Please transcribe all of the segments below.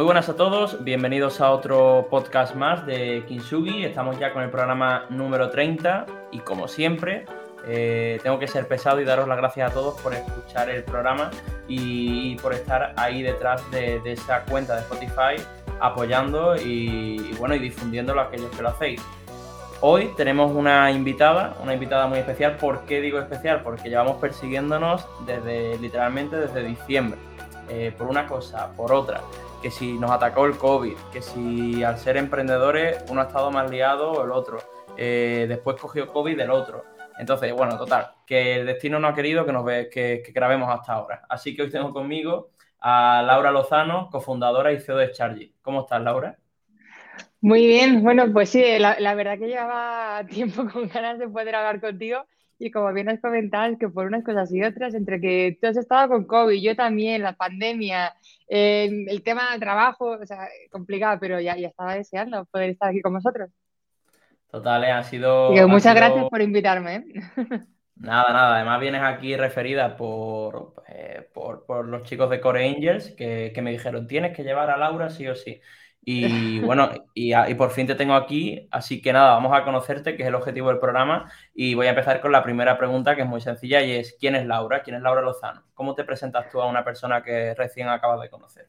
Muy buenas a todos, bienvenidos a otro podcast más de Kintsugi. Estamos ya con el programa número 30 y como siempre tengo que ser pesado y daros las gracias a todos por escuchar el programa y por estar ahí detrás de esa cuenta de Spotify apoyando y difundiéndolo a aquellos que lo hacéis. Hoy tenemos una invitada muy especial. ¿Por qué digo especial? Porque llevamos persiguiéndonos literalmente desde diciembre. Por una cosa, por otra. Que si nos atacó el COVID, que si al ser emprendedores uno ha estado más liado o el otro. Después cogió COVID el otro. Entonces, bueno, total, que el destino no ha querido que grabemos hasta ahora. Así que hoy tengo conmigo a Laura Lozano, cofundadora y CEO de Chargy. ¿Cómo estás, Laura? Muy bien, bueno, pues sí, la verdad que llevaba tiempo con ganas de poder hablar contigo y como bien has comentado, es que por unas cosas y otras, entre que tú has estado con COVID, yo también, la pandemia, el tema del trabajo, o sea, complicado, pero ya estaba deseando poder estar aquí con vosotros. Total, Así que ha muchas gracias sido por invitarme, ¿eh? nada. Además vienes aquí referida por los chicos de Core Angels que me dijeron, tienes que llevar a Laura sí o sí. Y bueno, y por fin te tengo aquí, así que nada, vamos a conocerte, que es el objetivo del programa, y voy a empezar con la primera pregunta, que es muy sencilla, y es, ¿quién es Laura? ¿Quién es Laura Lozano? ¿Cómo te presentas tú a una persona que recién acabas de conocer?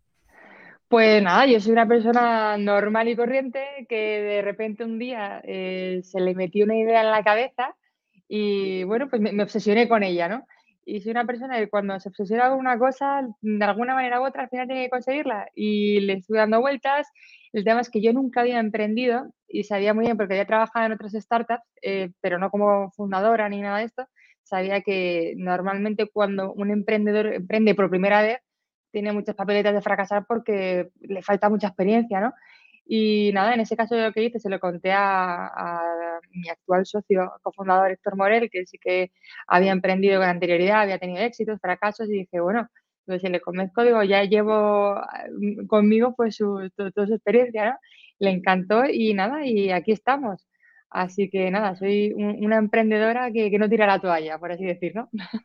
Pues nada, yo soy una persona normal y corriente que de repente un día se le metió una idea en la cabeza y bueno, pues me obsesioné con ella, ¿no? Y soy una persona que cuando se obsesiona con una cosa, de alguna manera u otra, al final tiene que conseguirla. Y le estuve dando vueltas. El tema es que yo nunca había emprendido y sabía muy bien, porque había trabajado en otras startups, pero no como fundadora ni nada de esto. Sabía que normalmente cuando un emprendedor emprende por primera vez, tiene muchas papeletas de fracasar porque le falta mucha experiencia, ¿no? Y nada, en ese caso lo que hice, se lo conté a mi actual socio, cofundador Héctor Morel, que sí que había emprendido con anterioridad, había tenido éxitos, fracasos, y dije, bueno, pues si le convenzco, digo, ya llevo conmigo pues toda su experiencia, ¿no? Le encantó y nada, y aquí estamos. Así que nada, soy una emprendedora que no tira la toalla, por así decirlo.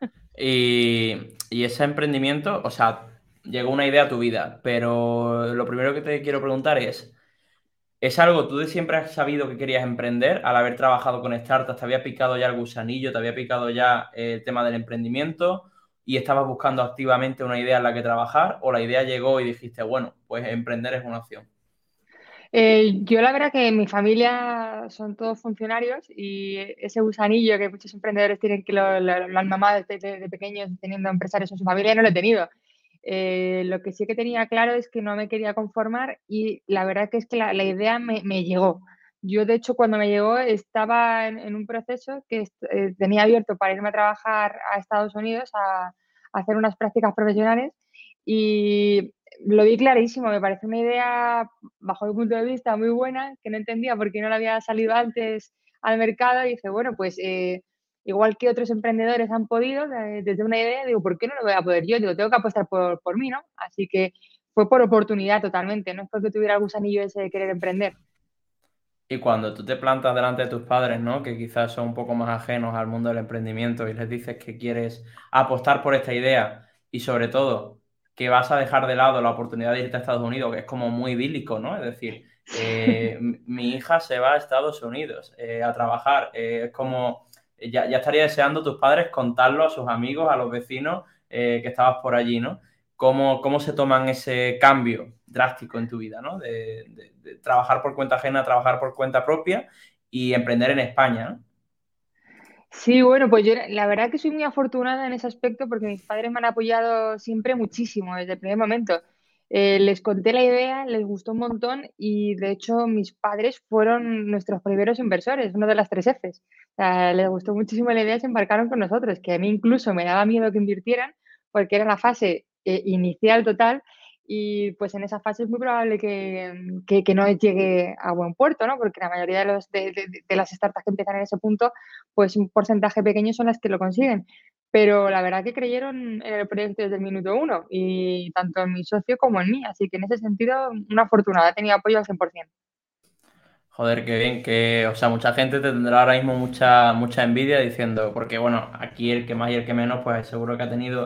Y ese emprendimiento, o sea, llegó una idea a tu vida, pero lo primero que te quiero preguntar ¿es algo, tú de siempre has sabido que querías emprender al haber trabajado con startups? ¿Te había picado ya el gusanillo? ¿Te había picado ya el tema del emprendimiento? ¿Y estabas buscando activamente una idea en la que trabajar? ¿O la idea llegó y dijiste, bueno, pues emprender es una opción? Yo la verdad que en mi familia son todos funcionarios y ese gusanillo que muchos emprendedores tienen, que lo han mamado desde pequeños teniendo empresarios en su familia, no lo he tenido. Lo que sí que tenía claro es que no me quería conformar y la verdad que es que la idea me llegó. Yo, de hecho, cuando me llegó estaba en un proceso que tenía abierto para irme a trabajar a Estados Unidos a hacer unas prácticas profesionales y lo vi clarísimo. Me parece una idea, bajo mi punto de vista, muy buena, que no entendía por qué no la había salido antes al mercado y dije, bueno, pues igual que otros emprendedores han podido, desde una idea, digo, ¿por qué no lo voy a poder yo? Digo, tengo que apostar por mí, ¿no? Así que fue por oportunidad totalmente, no es porque tuviera el gusanillo ese de querer emprender. Y cuando tú te plantas delante de tus padres, ¿no? Que quizás son un poco más ajenos al mundo del emprendimiento y les dices que quieres apostar por esta idea y sobre todo que vas a dejar de lado la oportunidad de irte a Estados Unidos, que es como muy idílico, ¿no? Es decir, mi hija se va a Estados Unidos a trabajar. Es como, ya estaría deseando tus padres contarlo a sus amigos, a los vecinos que estabas por allí, ¿no? ¿Cómo se toman ese cambio drástico en tu vida, ¿no? De trabajar por cuenta ajena a trabajar por cuenta propia y emprender en España, ¿no? Sí, bueno, pues yo la verdad que soy muy afortunada en ese aspecto porque mis padres me han apoyado siempre muchísimo desde el primer momento. Les conté la idea, les gustó un montón y de hecho mis padres fueron nuestros primeros inversores, uno de las tres Fs. O sea, les gustó muchísimo la idea y se embarcaron con nosotros, que a mí incluso me daba miedo que invirtieran porque era la fase inicial total y pues en esa fase es muy probable que no llegue a buen puerto, ¿no? Porque la mayoría de las startups que empiezan en ese punto, pues un porcentaje pequeño son las que lo consiguen. Pero la verdad que creyeron en el proyecto desde el minuto uno, y tanto en mi socio como en mí. Así que en ese sentido, una afortunada, he tenido apoyo al 100%. Joder, qué bien, o sea, mucha gente te tendrá ahora mismo mucha envidia diciendo, porque bueno, aquí el que más y el que menos, pues seguro que ha tenido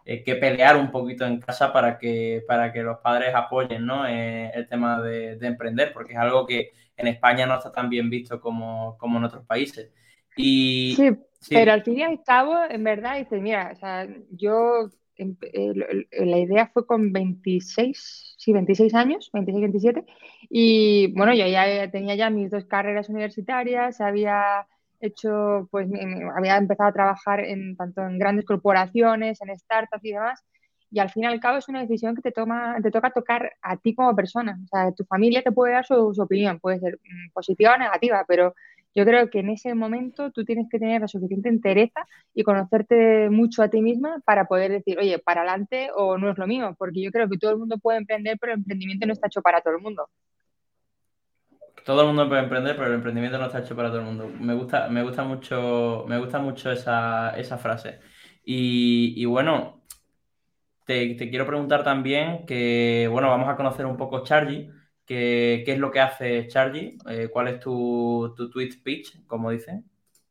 que pelear un poquito en casa para que los padres apoyen, ¿no? El tema de emprender, porque es algo que en España no está tan bien visto como en otros países. Sí, Y pero sí, al fin y al cabo, en verdad, dices, mira, o sea, yo, la idea fue con 26, sí, 26 años, 26, 27, y bueno, yo ya tenía ya mis dos carreras universitarias, había hecho, pues, había empezado a trabajar tanto en grandes corporaciones, en startups y demás, y al fin y al cabo es una decisión que te toca tocar a ti como persona, o sea, tu familia te puede dar su opinión, puede ser positiva o negativa, pero yo creo que en ese momento tú tienes que tener la suficiente entereza y conocerte mucho a ti misma para poder decir, oye, para adelante o no es lo mío, porque yo creo que todo el mundo puede emprender, pero el emprendimiento no está hecho para todo el mundo. todo el mundo puede emprender, pero el emprendimiento no está hecho para todo el mundo. Me gusta mucho esa frase. Y bueno, te quiero preguntar también que, bueno, vamos a conocer un poco Chargy, qué es lo que hace Chargy, cuál es tu tweet pitch, como dicen.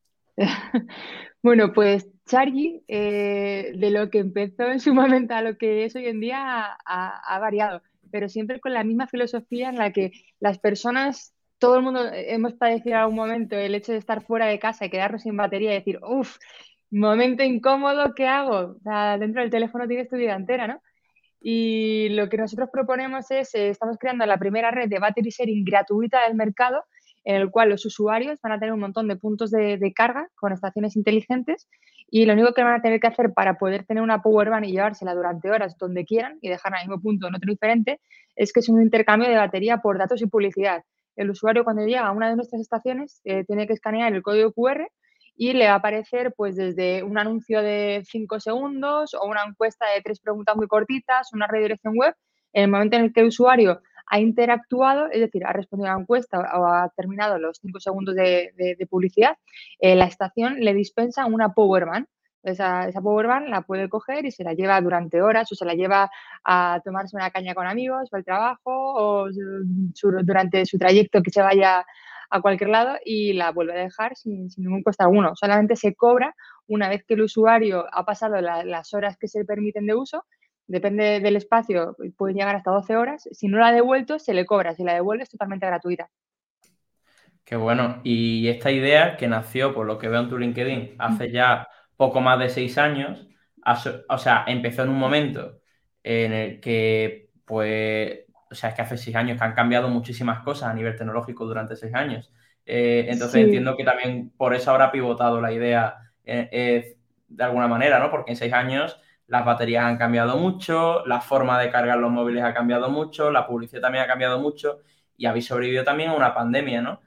Bueno, pues Chargy, de lo que empezó en su momento a lo que es hoy en día, ha variado, pero siempre con la misma filosofía en la que las personas, todo el mundo hemos padecido en algún momento el hecho de estar fuera de casa y quedarnos sin batería y decir, uff, momento incómodo, ¿qué hago? O sea, dentro del teléfono tienes tu vida entera, ¿no? Y lo que nosotros proponemos es, estamos creando la primera red de battery sharing gratuita del mercado, en el cual los usuarios van a tener un montón de puntos de carga con estaciones inteligentes y lo único que van a tener que hacer para poder tener una power bank y llevársela durante horas donde quieran y dejarla al mismo punto en otro diferente es que es un intercambio de batería por datos y publicidad. El usuario cuando llega a una de nuestras estaciones tiene que escanear el código QR y le va a aparecer pues desde un anuncio de 5 segundos o una encuesta de 3 preguntas muy cortitas, una redirección web, en el momento en el que el usuario ha interactuado, es decir, ha respondido a la encuesta o ha terminado los 5 segundos de publicidad, la estación le dispensa una power bank. Esa power bank la puede coger y se la lleva durante horas o se la lleva a tomarse una caña con amigos o al trabajo o durante su trayecto que se vaya a cualquier lado y la vuelve a dejar sin ningún coste alguno. Solamente se cobra una vez que el usuario ha pasado las horas que se permiten de uso. Depende del espacio, puede llegar hasta 12 horas. Si no la ha devuelto, se le cobra. Si la devuelve, es totalmente gratuita. Qué bueno. Y esta idea que nació, por lo que veo en tu LinkedIn, hace ya poco más de 6 años, o sea, empezó en un momento en el que, pues, o sea, es que hace 6 años que han cambiado muchísimas cosas a nivel tecnológico durante 6 años. Entonces Sí, entiendo que también por eso habrá pivotado la idea de alguna manera, ¿no? Porque en 6 años las baterías han cambiado mucho, la forma de cargar los móviles ha cambiado mucho, la publicidad también ha cambiado mucho y habéis sobrevivido también a una pandemia, ¿no?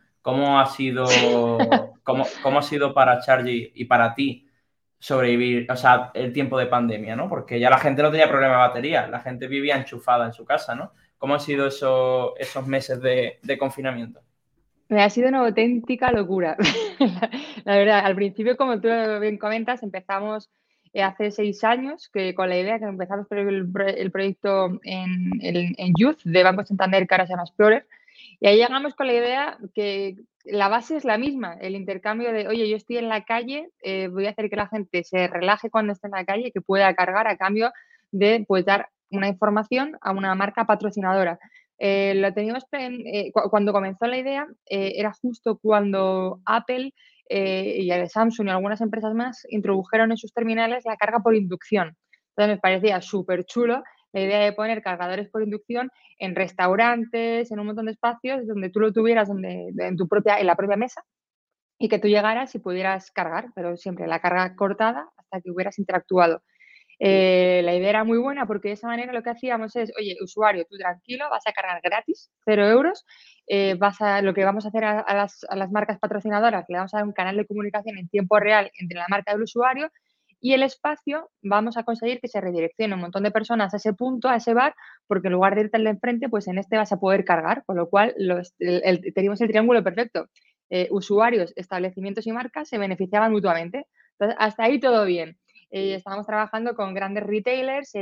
¿Cómo ha sido para Charlie y para ti sobrevivir, o sea, el tiempo de pandemia, ¿no? Porque ya la gente no tenía problema de batería, la gente vivía enchufada en su casa, ¿no? ¿Cómo han sido esos meses de confinamiento? me ha sido una auténtica locura. La verdad, al principio, como tú bien comentas, empezamos hace 6 años que con la idea que empezamos por el proyecto en Youth de Banco Santander, que ahora se llama Explorer. Y ahí llegamos con la idea que la base es la misma, el intercambio de, oye, yo estoy en la calle, voy a hacer que la gente se relaje cuando esté en la calle, que pueda cargar a cambio de pues, dar una información a una marca patrocinadora. Lo teníamos cuando comenzó la idea, era justo cuando Apple y Samsung y algunas empresas más introdujeron en sus terminales la carga por inducción. Entonces me parecía súper chulo la idea de poner cargadores por inducción en restaurantes, en un montón de espacios donde tú lo tuvieras en la propia mesa y que tú llegaras y pudieras cargar, pero siempre la carga cortada hasta que hubieras interactuado. La idea era muy buena porque de esa manera lo que hacíamos es, oye, usuario, tú tranquilo, vas a cargar gratis, 0 euros, lo que vamos a hacer a las marcas patrocinadoras, le vamos a dar un canal de comunicación en tiempo real entre la marca y el usuario y el espacio vamos a conseguir que se redireccione un montón de personas a ese punto, a ese bar, porque en lugar de irte al de enfrente, pues en este vas a poder cargar, con lo cual teníamos el triángulo perfecto. Usuarios, establecimientos y marcas se beneficiaban mutuamente. Entonces, hasta ahí todo bien. Estábamos trabajando con grandes retailers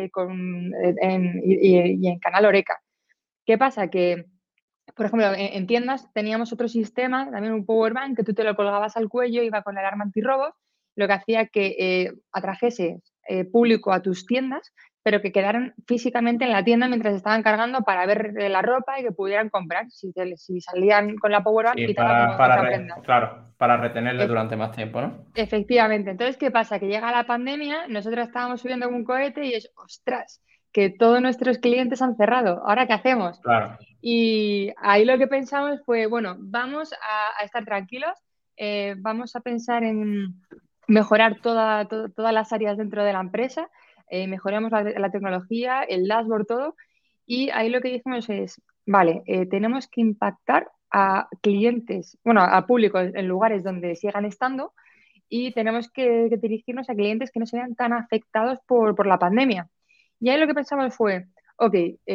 y en Canal Oreca. ¿Qué pasa? Que, por ejemplo, en tiendas teníamos otro sistema, también un power bank, que tú te lo colgabas al cuello, iba con la alarma antirrobos, lo que hacía que atrajese público a tus tiendas, pero que quedaran físicamente en la tienda mientras estaban cargando para ver la ropa y que pudieran comprar. Si salían con la Power Bank, Sí, quitaba como otra prenda. claro, para retenerle Ef- durante más tiempo, ¿no? Efectivamente. Entonces, ¿qué pasa? Que llega la pandemia, nosotros estábamos subiendo como un cohete y es, ostras, que todos nuestros clientes han cerrado. ¿Ahora qué hacemos? Claro, Y ahí lo que pensamos fue, bueno, vamos a estar tranquilos, vamos a pensar en mejorar todas las áreas dentro de la empresa, mejoramos la tecnología, el dashboard, todo. Y ahí lo que dijimos es, vale, tenemos que impactar a clientes, bueno, a público en lugares donde sigan estando y tenemos que dirigirnos a clientes que no se vean tan afectados por la pandemia. Y ahí lo que pensamos fue, ok,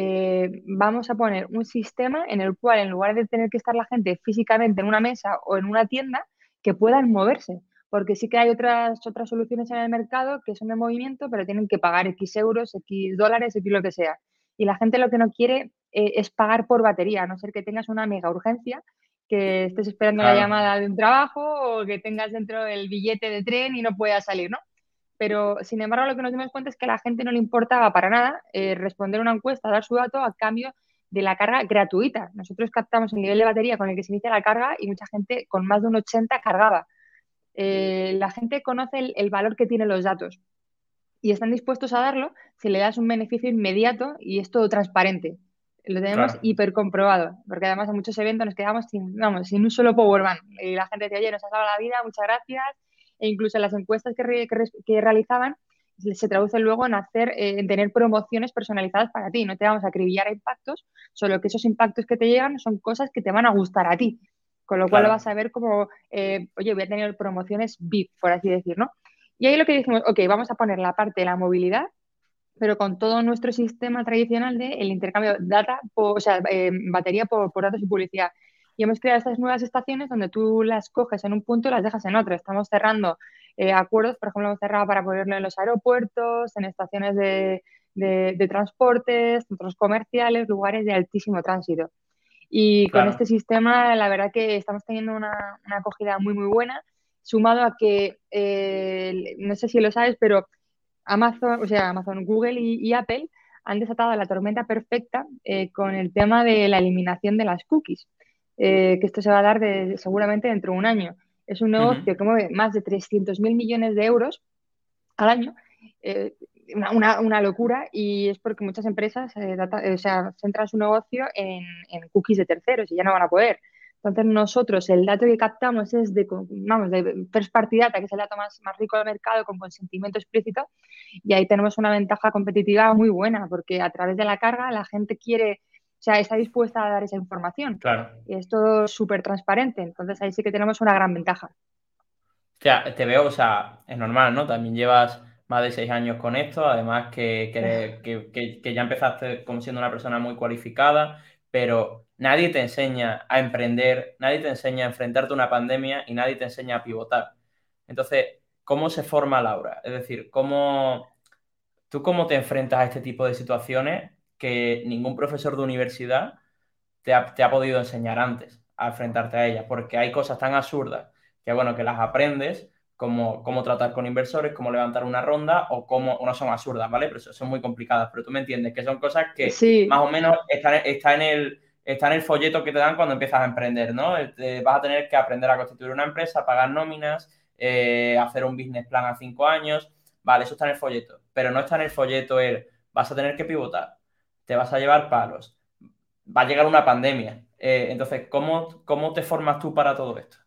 vamos a poner un sistema en el cual en lugar de tener que estar la gente físicamente en una mesa o en una tienda, que puedan moverse. Porque sí que hay otras soluciones en el mercado que son de movimiento, pero tienen que pagar X euros, X dólares, X lo que sea. Y la gente lo que no quiere es pagar por batería, a no ser que tengas una mega urgencia, que estés esperando la claro, llamada de un trabajo o que tengas dentro el billete de tren y no puedas salir, ¿no? Pero, sin embargo, lo que nos dimos cuenta es que a la gente no le importaba para nada responder una encuesta, dar su dato a cambio de la carga gratuita. Nosotros captamos el nivel de batería con el que se inicia la carga y mucha gente con más de un 80 cargaba. La gente conoce el valor que tienen los datos y están dispuestos a darlo si le das un beneficio inmediato y es todo transparente. Lo tenemos claro. hiper comprobado, porque además en muchos eventos nos quedamos sin, vamos, sin un solo Power Bank. Y la gente decía, oye, nos has dado la vida, muchas gracias. E incluso en las encuestas que realizaban se traducen luego en en tener promociones personalizadas para ti. No te vamos a acribillar a impactos, solo que esos impactos que te llegan son cosas que te van a gustar a ti. Con lo cual lo Claro, vas a ver como, oye, voy a tener promociones VIP, por así decir, ¿no? Y ahí lo que dijimos, ok, vamos a poner la parte de la movilidad, pero con todo nuestro sistema tradicional de el intercambio de data, o sea, batería por datos y publicidad. Y hemos creado estas nuevas estaciones donde tú las coges en un punto y las dejas en otro. Estamos cerrando acuerdos, por ejemplo, hemos cerrado para ponerlo en los aeropuertos, en estaciones de transportes, centros comerciales, lugares de altísimo tránsito. Y con este claro. sistema, la verdad que estamos teniendo una acogida muy, muy buena, sumado a que, no sé si lo sabes, pero Amazon, o sea, Amazon, Google y Apple han desatado la tormenta perfecta con el tema de la eliminación de las cookies, que esto se va a dar seguramente dentro de un año. Es un Ujú. negocio que mueve más de 300.000 millones de euros al año, eh, una locura, y es porque muchas empresas o sea, centran su negocio en cookies de terceros y ya no van a poder. Entonces nosotros el dato que captamos es vamos, de first party data, que es el dato más rico del mercado con consentimiento explícito, y ahí tenemos una ventaja competitiva muy buena porque a través de la carga la gente quiere, o sea, está dispuesta a dar esa información. Claro. Y es todo súper transparente, entonces ahí sí que tenemos una gran ventaja. O sea, te veo, o sea, es normal, ¿no? También llevas más de 6 años con esto, además que ya empezaste como siendo una persona muy cualificada, pero nadie te enseña a emprender, nadie te enseña a enfrentarte a una pandemia y nadie te enseña a pivotar. Entonces, ¿cómo se forma Laura? Es decir, ¿tú cómo te enfrentas a este tipo de situaciones que ningún profesor de universidad te ha podido enseñar antes a enfrentarte a ellas? Porque hay cosas tan absurdas que, bueno, que las aprendes, como cómo tratar con inversores, cómo levantar una ronda o cómo, no son absurdas, ¿vale? Pero son muy complicadas, pero tú me entiendes, que son cosas que más Sí, o menos está en el folleto que te dan cuando empiezas a emprender, ¿no? Vas a tener que aprender a constituir una empresa, pagar nóminas, hacer un business plan a 5 años, vale, eso está en el folleto, pero no está en el folleto vas a tener que pivotar, te vas a llevar palos, va a llegar una pandemia. Entonces, ¿cómo te formas tú para todo esto?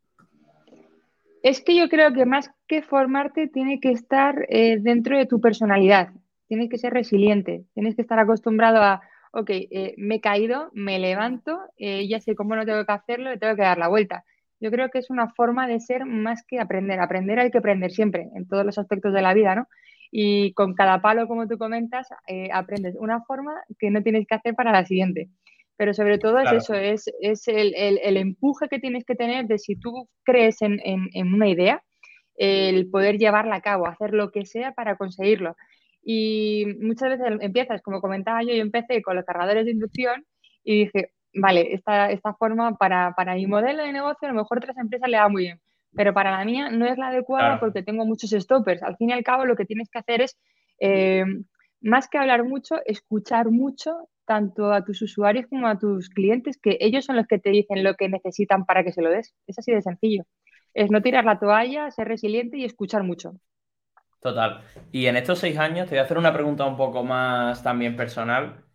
es que yo creo que más que formarte tiene que estar dentro de tu personalidad. Tienes que ser resiliente, tienes que estar acostumbrado a, ok, me he caído, me levanto, ya sé cómo no tengo que hacerlo, le tengo que dar la vuelta. Yo creo que es una forma de ser más que aprender. Aprender hay que aprender siempre, en todos los aspectos de la vida, ¿no? Y con cada palo, como tú comentas, aprendes una forma que no tienes que hacer para la siguiente. Pero sobre todo es Claro, eso, es el empuje que tienes que tener de si tú crees en una idea, el poder llevarla a cabo, hacer lo que sea para conseguirlo. Y muchas veces empiezas, como comentaba yo empecé con los cargadores de inducción y dije, vale, esta forma para mi modelo de negocio a lo mejor a otras empresas le da muy bien, pero para la mía no es la adecuada Claro, porque tengo muchos stoppers. Al fin y al cabo, lo que tienes que hacer es, eh, más que hablar mucho, escuchar mucho tanto a tus usuarios como a tus clientes, que ellos son los que te dicen lo que necesitan para que se lo des. Es así de sencillo. Es no tirar la toalla, ser resiliente y escuchar mucho. total. Y en estos 6 años te voy a hacer una pregunta un poco más también personal.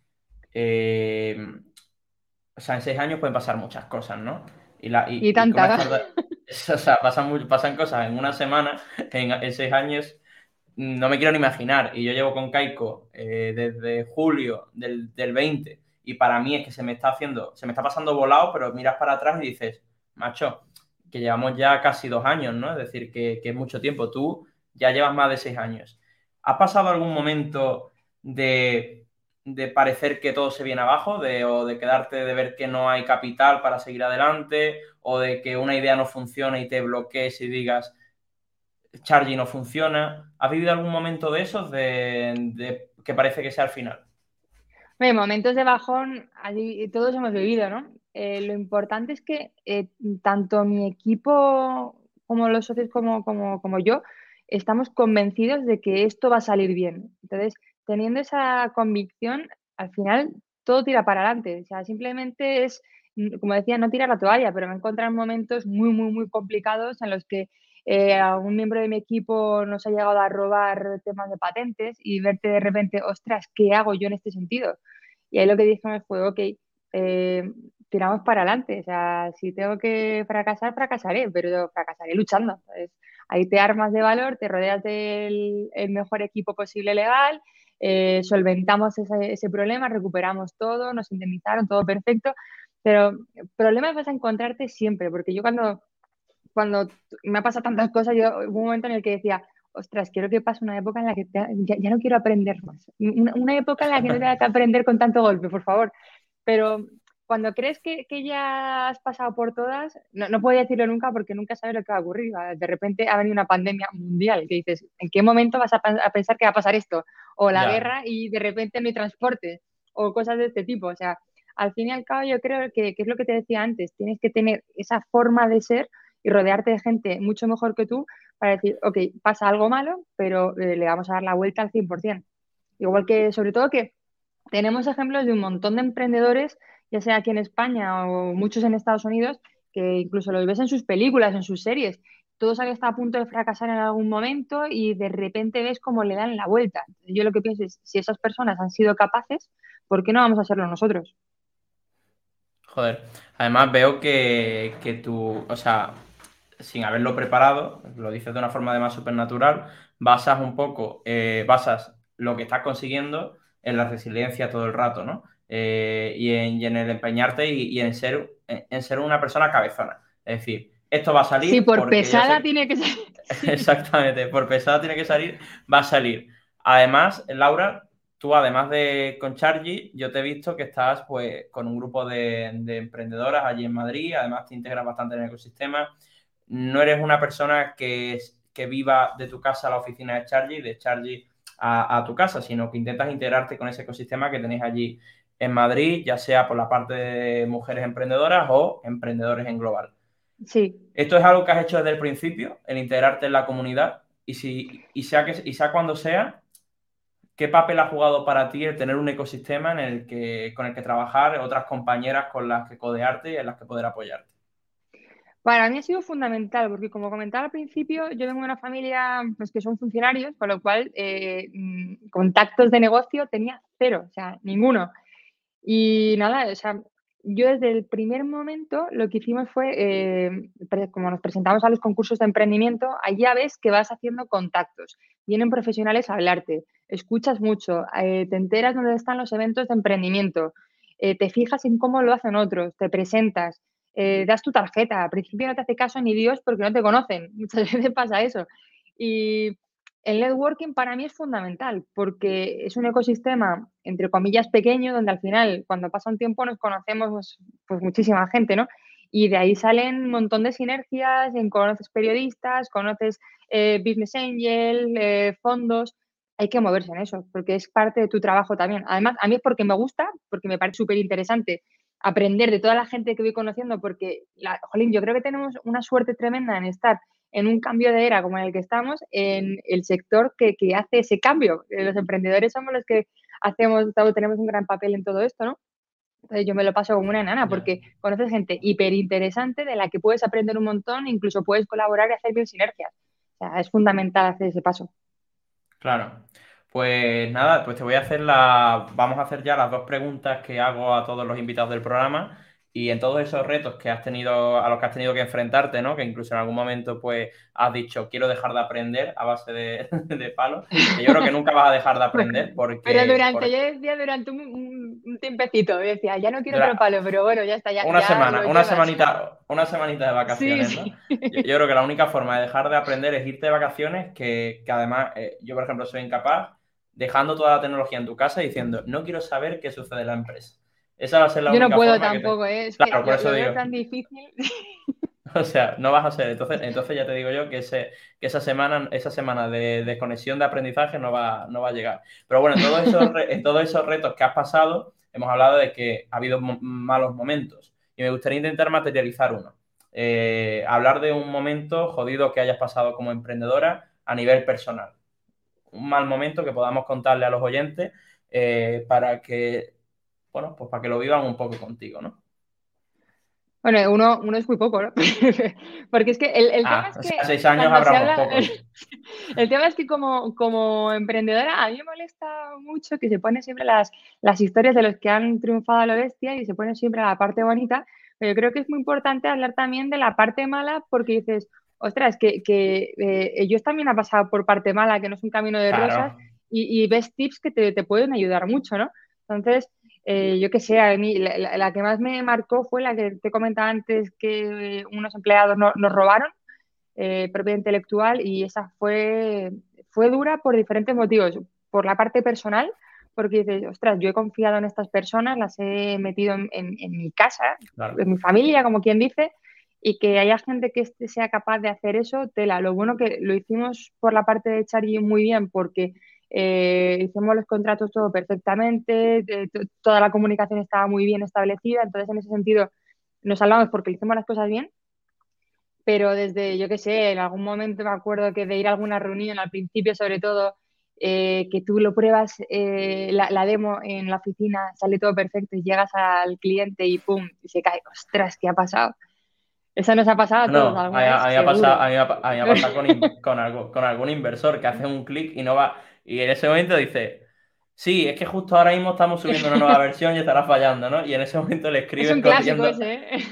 Eh, o sea, en 6 años pueden pasar muchas cosas, ¿no? Y Y con una tanta. startup, o sea, pasan cosas en una semana, en 6 años, no me quiero ni imaginar. Y yo llevo con Kaiko desde julio del 20 y para mí es que se me está pasando volado, pero miras para atrás y dices, macho, que llevamos ya casi 2 años, ¿no? Es decir, que es mucho tiempo. Tú ya llevas más de 6 años. ¿Has pasado algún momento de, de parecer que todo se viene abajo, o de quedarte de ver que no hay capital para seguir adelante, o de que una idea no funciona y te bloquees y digas, Chargy no funciona? ¿Has vivido algún momento de esos de que parece que sea el final? Momentos de bajón, todos hemos vivido, ¿no? Lo importante es que tanto mi equipo como los socios como yo estamos convencidos de que esto va a salir bien. Entonces, teniendo esa convicción, al final todo tira para adelante. O sea, simplemente es, como decía, no tirar la toalla, pero me he encontrado en momentos muy, muy, muy complicados en los que algún miembro de mi equipo nos ha llegado a robar temas de patentes y verte de repente, ostras, ¿qué hago yo en este sentido? Y ahí lo que dijimos fue, ok, tiramos para adelante. O sea, si tengo que fracasar, fracasaré, pero fracasaré luchando. Entonces, ahí te armas de valor, te rodeas del el mejor equipo posible legal, solventamos ese problema, recuperamos todo, nos indemnizaron, todo perfecto. Pero problemas vas a encontrarte siempre, porque yo cuando me ha pasado tantas cosas, yo hubo un momento en el que decía, ostras, quiero que pase una época en la que ya no quiero aprender más. Una época en la que no tenga que aprender con tanto golpe, por favor. Pero cuando crees que ya has pasado por todas, no puedo decirlo nunca porque nunca sabes lo que va a ocurrir. De repente ha venido una pandemia mundial que dices, ¿en qué momento vas a pensar que va a pasar esto? O la Ya, guerra y de repente no hay transporte o cosas de este tipo. O sea, al fin y al cabo yo creo que es lo que te decía antes, tienes que tener esa forma de ser y rodearte de gente mucho mejor que tú para decir, ok, pasa algo malo, pero le vamos a dar la vuelta al 100%. Igual que, sobre todo, que tenemos ejemplos de un montón de emprendedores, ya sea aquí en España o muchos en Estados Unidos, que incluso los ves en sus películas, en sus series. Todos habían estado a punto de fracasar en algún momento y de repente ves cómo le dan la vuelta. Yo lo que pienso es, si esas personas han sido capaces, ¿por qué no vamos a hacerlo nosotros? joder. Además veo que tú, o sea, sin haberlo preparado, lo dices de una forma además súper natural, basas lo que estás consiguiendo en la resiliencia todo el rato, ¿no? Y en el empeñarte y en ser una persona cabezona. Es decir, esto va a Sí, salir por porque ya pesada sé. tiene que ser. Sí. Exactamente, por pesada tiene que salir, va a salir. Además, Laura, tú además de con Chargy, yo te he visto que estás pues con un grupo de emprendedoras allí en Madrid, además te integras bastante en el ecosistema. No eres una persona que viva de tu casa a la oficina de Chargy a tu casa, sino que intentas integrarte con ese ecosistema que tenéis allí en Madrid, ya sea por la parte de mujeres emprendedoras o emprendedores en global. Sí. Esto es algo que has hecho desde el principio, el integrarte en la comunidad, y sea cuando sea, ¿qué papel ha jugado para ti el tener un ecosistema con el que trabajar, otras compañeras con las que codearte y en las que poder apoyarte? Para mí ha sido fundamental, porque como comentaba al principio, yo vengo de una familia pues, que son funcionarios, con lo cual contactos de negocio tenía cero, o sea, ninguno. Y nada, o sea, yo desde el primer momento lo que hicimos fue, como nos presentamos a los concursos de emprendimiento, allí ya ves que vas haciendo contactos, vienen profesionales a hablarte, escuchas mucho, te enteras dónde están los eventos de emprendimiento, te fijas en cómo lo hacen otros, te presentas, das tu tarjeta. Al principio no te hace caso ni Dios porque no te conocen, muchas veces pasa eso. Y el networking para mí es fundamental porque es un ecosistema, entre comillas, pequeño, donde al final, cuando pasa un tiempo, nos conocemos pues muchísima gente, ¿no? Y de ahí salen un montón de sinergias, conoces periodistas, conoces business angel, fondos. Hay que moverse en eso, porque es parte de tu trabajo también. Además, a mí es porque me gusta, porque me parece súper interesante aprender de toda la gente que voy conociendo, porque, jolín, yo creo que tenemos una suerte tremenda en estar en un cambio de era como en el que estamos, en el sector que hace ese cambio. Los emprendedores somos los que tenemos un gran papel en todo esto, ¿no? Entonces yo me lo paso como una enana Ya. porque conoces gente hiper interesante de la que puedes aprender un montón, incluso puedes colaborar y hacer bien sinergias. O sea, es fundamental hacer ese paso. Claro. Pues nada, pues te voy a hacer vamos a hacer ya las dos preguntas que hago a todos los invitados del programa y en todos esos retos que has tenido, a los que has tenido que enfrentarte, ¿no? Que incluso en algún momento pues has dicho quiero dejar de aprender a base de, de palos, que yo creo que nunca vas a dejar de aprender Pero porque yo decía durante un tiempecito, decía, ya no quiero otro palo, pero bueno, ya está, una ya semana, lo llevas. una semanita de Sí, vacaciones, ¿no? sí. Yo creo que la única forma de dejar de aprender es irte de vacaciones, que además yo, por ejemplo, soy incapaz, dejando toda la tecnología en tu casa y diciendo, no quiero saber qué sucede en la empresa. Esa va a ser la Yo no única puedo forma que te... tampoco, ¿eh? Es que Claro, por eso lo veo digo, tan difícil. o sea, no vas a ser. Entonces ya te digo yo que esa semana de desconexión de aprendizaje no va a llegar. Pero bueno, en todos esos retos que has pasado, hemos hablado de que ha habido malos momentos. Y me gustaría intentar materializar uno. Hablar de un momento jodido que hayas pasado como emprendedora a nivel personal. Un mal momento que podamos contarle a los oyentes para que, bueno, pues para que lo vivan un poco contigo, ¿no? Bueno, uno es muy poco, ¿no? Porque es que el tema Ah, es o sea, que 6 años cuando se habrá unos habla, pocos. el tema es que como emprendedora a mí me molesta mucho que se ponen siempre las historias de los que han triunfado a lo bestia y se pone siempre la parte bonita, pero yo creo que es muy importante hablar también de la parte mala porque dices, ostras, que ellos también han pasado por parte mala, que no es un camino de rosas Claro. y ves tips que te pueden ayudar mucho, ¿no? Entonces, yo qué sé, a mí la que más me marcó fue la que te comentaba antes que unos empleados nos robaron propiedad intelectual y esa fue dura por diferentes motivos. Por la parte personal, porque dices, ostras, yo he confiado en estas personas, las he metido en mi casa, Claro. en mi familia, como quien dice, y que haya gente que sea capaz de hacer eso, tela. Lo bueno que lo hicimos por la parte de Chari muy bien, porque hicimos los contratos todo perfectamente, toda la comunicación estaba muy bien establecida, entonces en ese sentido nos salvamos porque hicimos las cosas bien, pero desde, yo qué sé, en algún momento me acuerdo que de ir a alguna reunión al principio, sobre todo, que tú lo pruebas, la demo en la oficina, sale todo perfecto y llegas al cliente y pum, y se cae, ostras, ¿qué ha pasado? Eso nos ha pasado a todos No, alguna vez, a mí me ha pasado, seguro. a mí me ha pasado con algún inversor que hace un clic y no va. Y en ese momento dice, sí, es que justo ahora mismo estamos subiendo una nueva versión y estará fallando, ¿no? Y en ese momento le Es escribes un clásico corriendo, ese, ¿eh?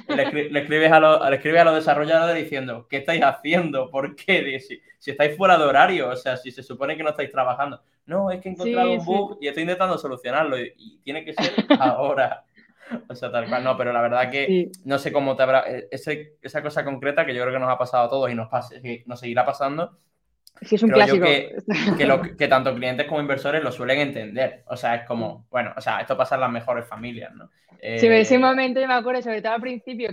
le escribes a los desarrolladores diciendo, ¿qué estáis haciendo? ¿Por qué? Si estáis fuera de horario, o sea, si se supone que no estáis trabajando. No, es que he encontrado Sí, un sí, bug y estoy intentando solucionarlo y tiene que ser ahora. O sea, tal cual, no, pero la verdad que sí. no sé cómo te habrá. Esa cosa concreta que yo creo que nos ha pasado a todos y nos seguirá pasando, Sí, es un creo yo clásico. que tanto clientes como inversores lo suelen entender. O sea, es como, bueno, o sea, esto pasa en las mejores familias, ¿no? Sí, en ese Eh, momento yo me acuerdo, sobre todo al principio,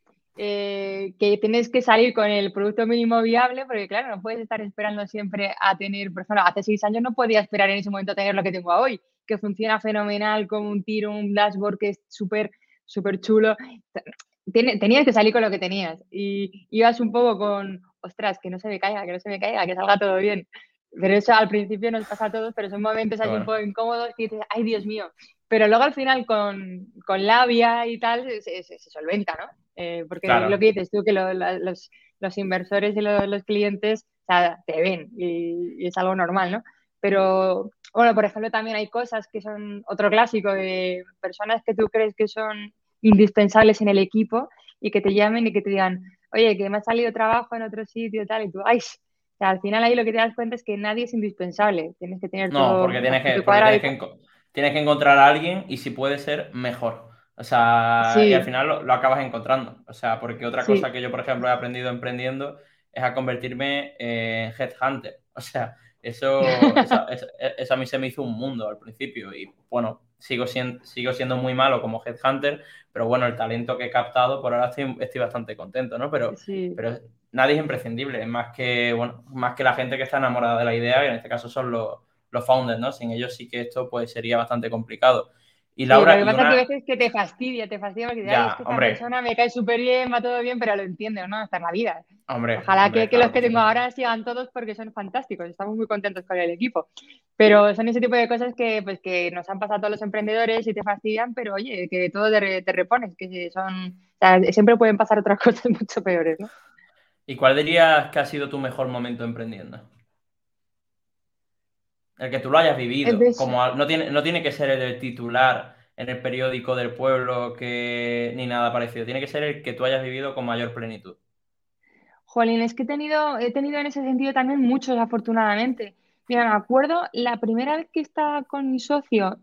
que tienes que salir con el producto mínimo viable, porque claro, no puedes estar esperando siempre a tener, por ejemplo, hace 6 años no podía esperar en ese momento a tener lo que tengo hoy, que funciona fenomenal, como un tiro, un dashboard que es súper, súper chulo. Tenías que salir con lo que tenías y ibas un poco con, ostras, que no se me caiga, que no se me caiga, que salga todo bien. Pero eso al principio nos pasa a todos, pero son momentos así un bueno, poco incómodos que dices, ay, Dios mío, pero luego al final con labia y tal se solventa, ¿no? Porque lo claro. que dices tú, que los inversores y los clientes, o sea, te ven y es algo normal, ¿no? Pero, bueno, por ejemplo, también hay cosas que son otro clásico de personas que tú crees que son indispensables en el equipo y que te llamen y que te digan, oye, que me ha salido trabajo en otro sitio tal, y tú, ay, o sea, al final ahí lo que te das cuenta es que nadie es indispensable, tienes que tener No, todo bastante cuadrado y tal. tienes que encontrar a alguien y si puede ser, mejor. O sea, y al Sí, final lo acabas encontrando. O sea, porque otra cosa sí, que yo, por ejemplo, he aprendido emprendiendo es a convertirme en headhunter. O sea, eso a mí se me hizo un mundo al principio. Y bueno, sigo siendo muy malo como headhunter, pero bueno, el talento que he captado, por ahora estoy bastante contento, ¿no? sí. Pero nadie es imprescindible, es más que, bueno, más que la gente que está enamorada de la idea, que en este caso son los founders, ¿no? Sin ellos sí que esto pues sería bastante complicado. Y Sí, lo Laura, que y pasa es que a una... veces que te fastidia porque dices, ay, es Ya, que esta hombre, persona me cae súper bien, va todo bien, pero lo entiende, ¿no? Esta es la vida. hombre, Ojalá hombre, que los claro, que por tengo supuesto. ahora sigan todos porque son fantásticos, estamos muy contentos con el equipo. Pero son ese tipo de cosas que, pues, que nos han pasado a todos los emprendedores y te fastidian, pero oye, que todo te repones, que son, o sea, siempre pueden pasar otras cosas mucho peores, ¿no? ¿Y cuál dirías que ha sido tu mejor momento emprendiendo? El que tú lo hayas vivido. Entonces, Como no tiene que ser el del titular en el periódico del pueblo que, ni nada parecido. Tiene que ser el que tú hayas vivido con mayor plenitud. jolín, es que he tenido en ese sentido también muchos, afortunadamente. Mira, me acuerdo la primera vez que estaba con mi socio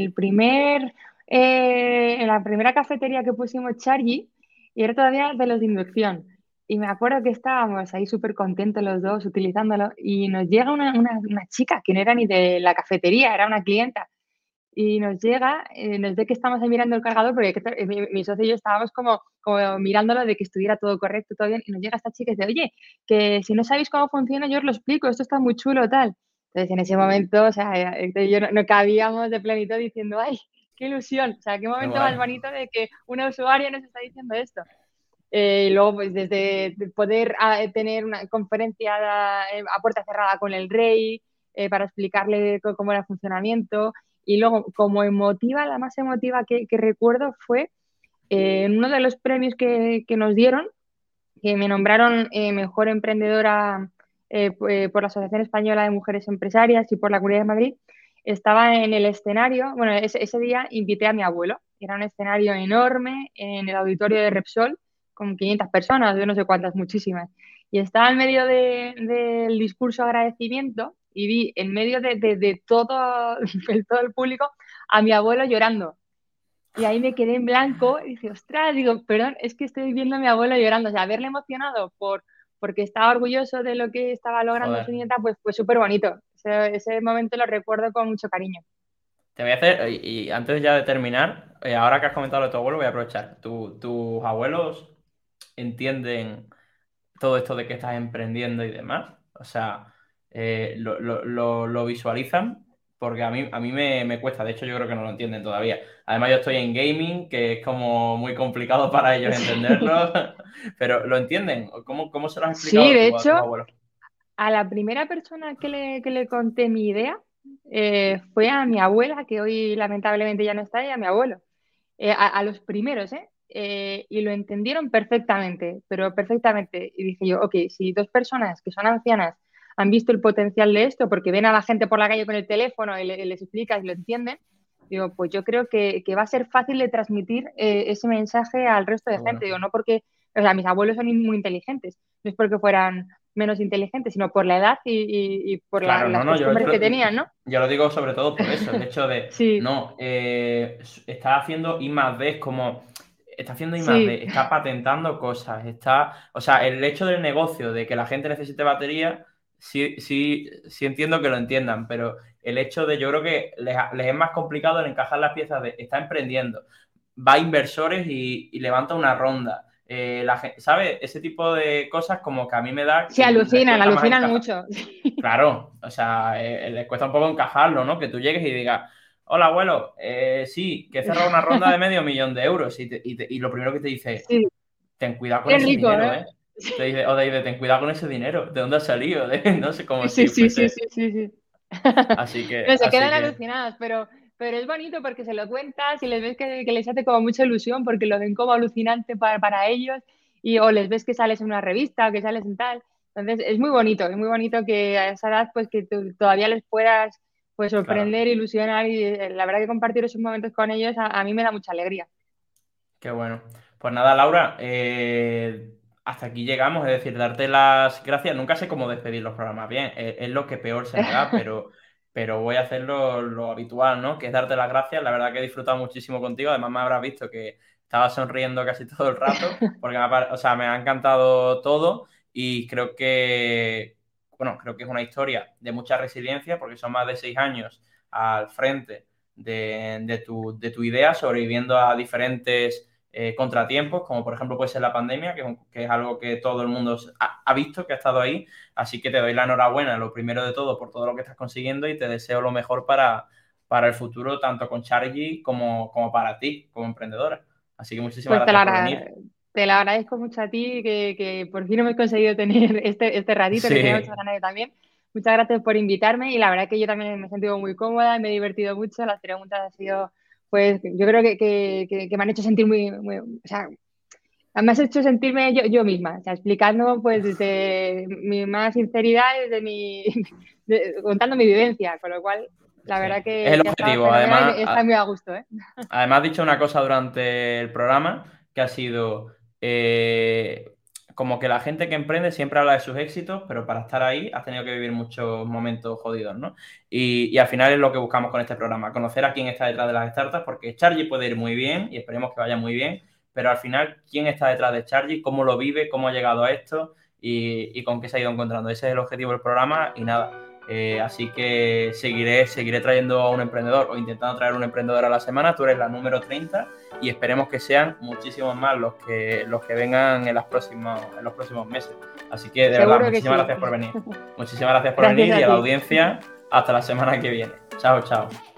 en la primera cafetería que pusimos Chargy, y era todavía de los de inducción. Y me acuerdo que estábamos ahí súper contentos los dos utilizándolo, y nos llega una chica que no era ni de la cafetería, era una clienta y nos llega, nos ve que estamos ahí mirando el cargador, porque mi socio y yo estábamos como mirándolo de que estuviera todo correcto, todo bien, y nos llega esta chica y dice, oye, que si no sabéis cómo funciona, yo os lo explico, esto está muy chulo, tal. Entonces, en ese momento, o sea, yo no cabíamos de plenitud diciendo, ay, qué ilusión, o sea, qué Qué momento guay. más bonito de que una usuaria nos está diciendo esto. Y luego, pues desde poder tener una conferencia a puerta cerrada con el rey para explicarle cómo era el funcionamiento. Y luego, como emotiva, la más emotiva que recuerdo fue en uno de los premios que nos dieron, que me nombraron mejor emprendedora por la Asociación Española de Mujeres Empresarias y por la Comunidad de Madrid. Estaba en el escenario, bueno, ese día invité a mi abuelo, era un escenario enorme en el auditorio de Repsol, con 500 personas, yo no sé cuántas, muchísimas. Y estaba en medio del discurso de agradecimiento y vi en medio de todo, de todo el público a mi abuelo llorando. Y ahí me quedé en blanco y dije, ostras, digo, perdón, es que estoy viendo a mi abuelo llorando. O sea, haberle emocionado porque estaba orgulloso de lo que estaba logrando su Joder. nieta, pues fue súper bonito. Ese momento lo recuerdo con mucho cariño. Te voy a hacer, y antes ya de terminar, ahora que has comentado lo de tu abuelo, voy a aprovechar. ¿Tus abuelos entienden todo esto de que estás emprendiendo y demás? O sea, lo visualizan, porque a mí me cuesta, de hecho yo creo que no lo entienden todavía. Además yo estoy en gaming, que es como muy complicado para ellos entenderlo, pero ¿lo entienden? ¿Cómo se lo has Sí, explicado de tú a tus hecho, abuelos? a la primera persona que le conté mi idea fue a mi abuela, que hoy lamentablemente ya no está, y a mi abuelo. A los primeros, ¿eh? Y lo entendieron perfectamente, pero perfectamente. Y dije yo, ok, si dos personas que son ancianas han visto el potencial de esto porque ven a la gente por la calle con el teléfono y les explicas y lo entienden, digo, pues yo creo que va a ser fácil de transmitir ese mensaje al resto Qué de bueno. gente. Digo, no porque, o sea, mis abuelos son muy inteligentes, no es porque fueran menos inteligentes, sino por la edad y por Claro, no, las no, costumbres que tenían, ¿no? yo lo digo sobre todo por eso, el hecho de, Sí, no, está haciendo I más D, es como, está haciendo I más sí. D, está patentando cosas, o sea, el hecho del negocio, de que la gente necesite batería, sí, sí, sí entiendo que lo entiendan, pero el hecho de, yo creo que les es más complicado el encajar las piezas de, está emprendiendo, va a inversores y levanta una ronda. ¿Sabes? Ese tipo de cosas como que a mí me da Sí, que les alucinan, cuesta más alucinan encajar. mucho. Claro, o sea, les cuesta un poco encajarlo, ¿no? Que tú llegues y digas, hola abuelo, sí, que he cerrado una ronda de €500,000 y lo primero que te dice, Sí, ten cuidado con qué ese rico, dinero, ¿no? ¿eh? O te dice, ten cuidado con ese dinero, ¿de dónde ha salido? No sé, como Sí, si sí, sí, fuese. sí, sí, sí. Así que, No, se así quedan que, alucinados, pero es bonito porque se lo cuentas y les ves que les hace como mucha ilusión porque lo ven como alucinante para ellos o les ves que sales en una revista o que sales en tal. Entonces es muy bonito que a esa edad pues que tú todavía les puedas pues claro, sorprender, ilusionar y la verdad que compartir esos momentos con ellos a mí me da mucha alegría. qué bueno. Pues nada, Laura, hasta aquí llegamos, es decir, darte las gracias. Nunca sé cómo despedir los programas bien, es lo que peor se me da, pero voy a hacerlo lo habitual, ¿no? Que es darte las gracias. La verdad que he disfrutado muchísimo contigo. Además, me habrás visto que estaba sonriendo casi todo el rato, porque o sea, me ha encantado todo y creo que es una historia de mucha resiliencia, porque son más de 6 años al frente de tu idea, sobreviviendo a diferentes contratiempos, como por ejemplo puede ser la pandemia, que es algo que todo el mundo ha visto, que ha estado ahí. Así que te doy la enhorabuena, lo primero de todo, por todo lo que estás consiguiendo y te deseo lo mejor para el futuro, tanto con Chargy como para ti, como emprendedora. Así que muchísimas Pues te gracias por venir. te lo agradezco mucho a ti, que por fin hemos conseguido tener este ratito que tenía muchas Sí, ganas de también. Muchas gracias por invitarme y la verdad que yo también me he sentido muy cómoda, me he divertido mucho. Las preguntas han sido, pues yo creo que me han hecho sentir o sea, me has hecho sentirme yo misma, o sea, explicando pues desde mi más sinceridad, y desde contando mi vivencia, con lo cual la sí. verdad Es el que ha estado objetivo. fenomenal y Además, he estado muy a gusto, ¿eh? Además, has dicho una cosa durante el programa que ha sido como que la gente que emprende siempre habla de sus éxitos, pero para estar ahí has tenido que vivir muchos momentos jodidos, ¿no? Y al final es lo que buscamos con este programa, conocer a quién está detrás de las startups, porque Chargy puede ir muy bien y esperemos que vaya muy bien, pero al final, ¿quién está detrás de Chargy? ¿Cómo lo vive? ¿Cómo ha llegado a esto? Y con qué se ha ido encontrando. Ese es el objetivo del programa y nada. Así que seguiré trayendo a un emprendedor o intentando traer un emprendedor a la semana. Tú eres la número 30 y esperemos que sean muchísimos más los que vengan en los próximos meses. Así que de verdad, Seguro que muchísimas sí. gracias por venir. Muchísimas gracias por Gracias venir y a a la ti. audiencia, hasta la semana que viene. Chao, chao.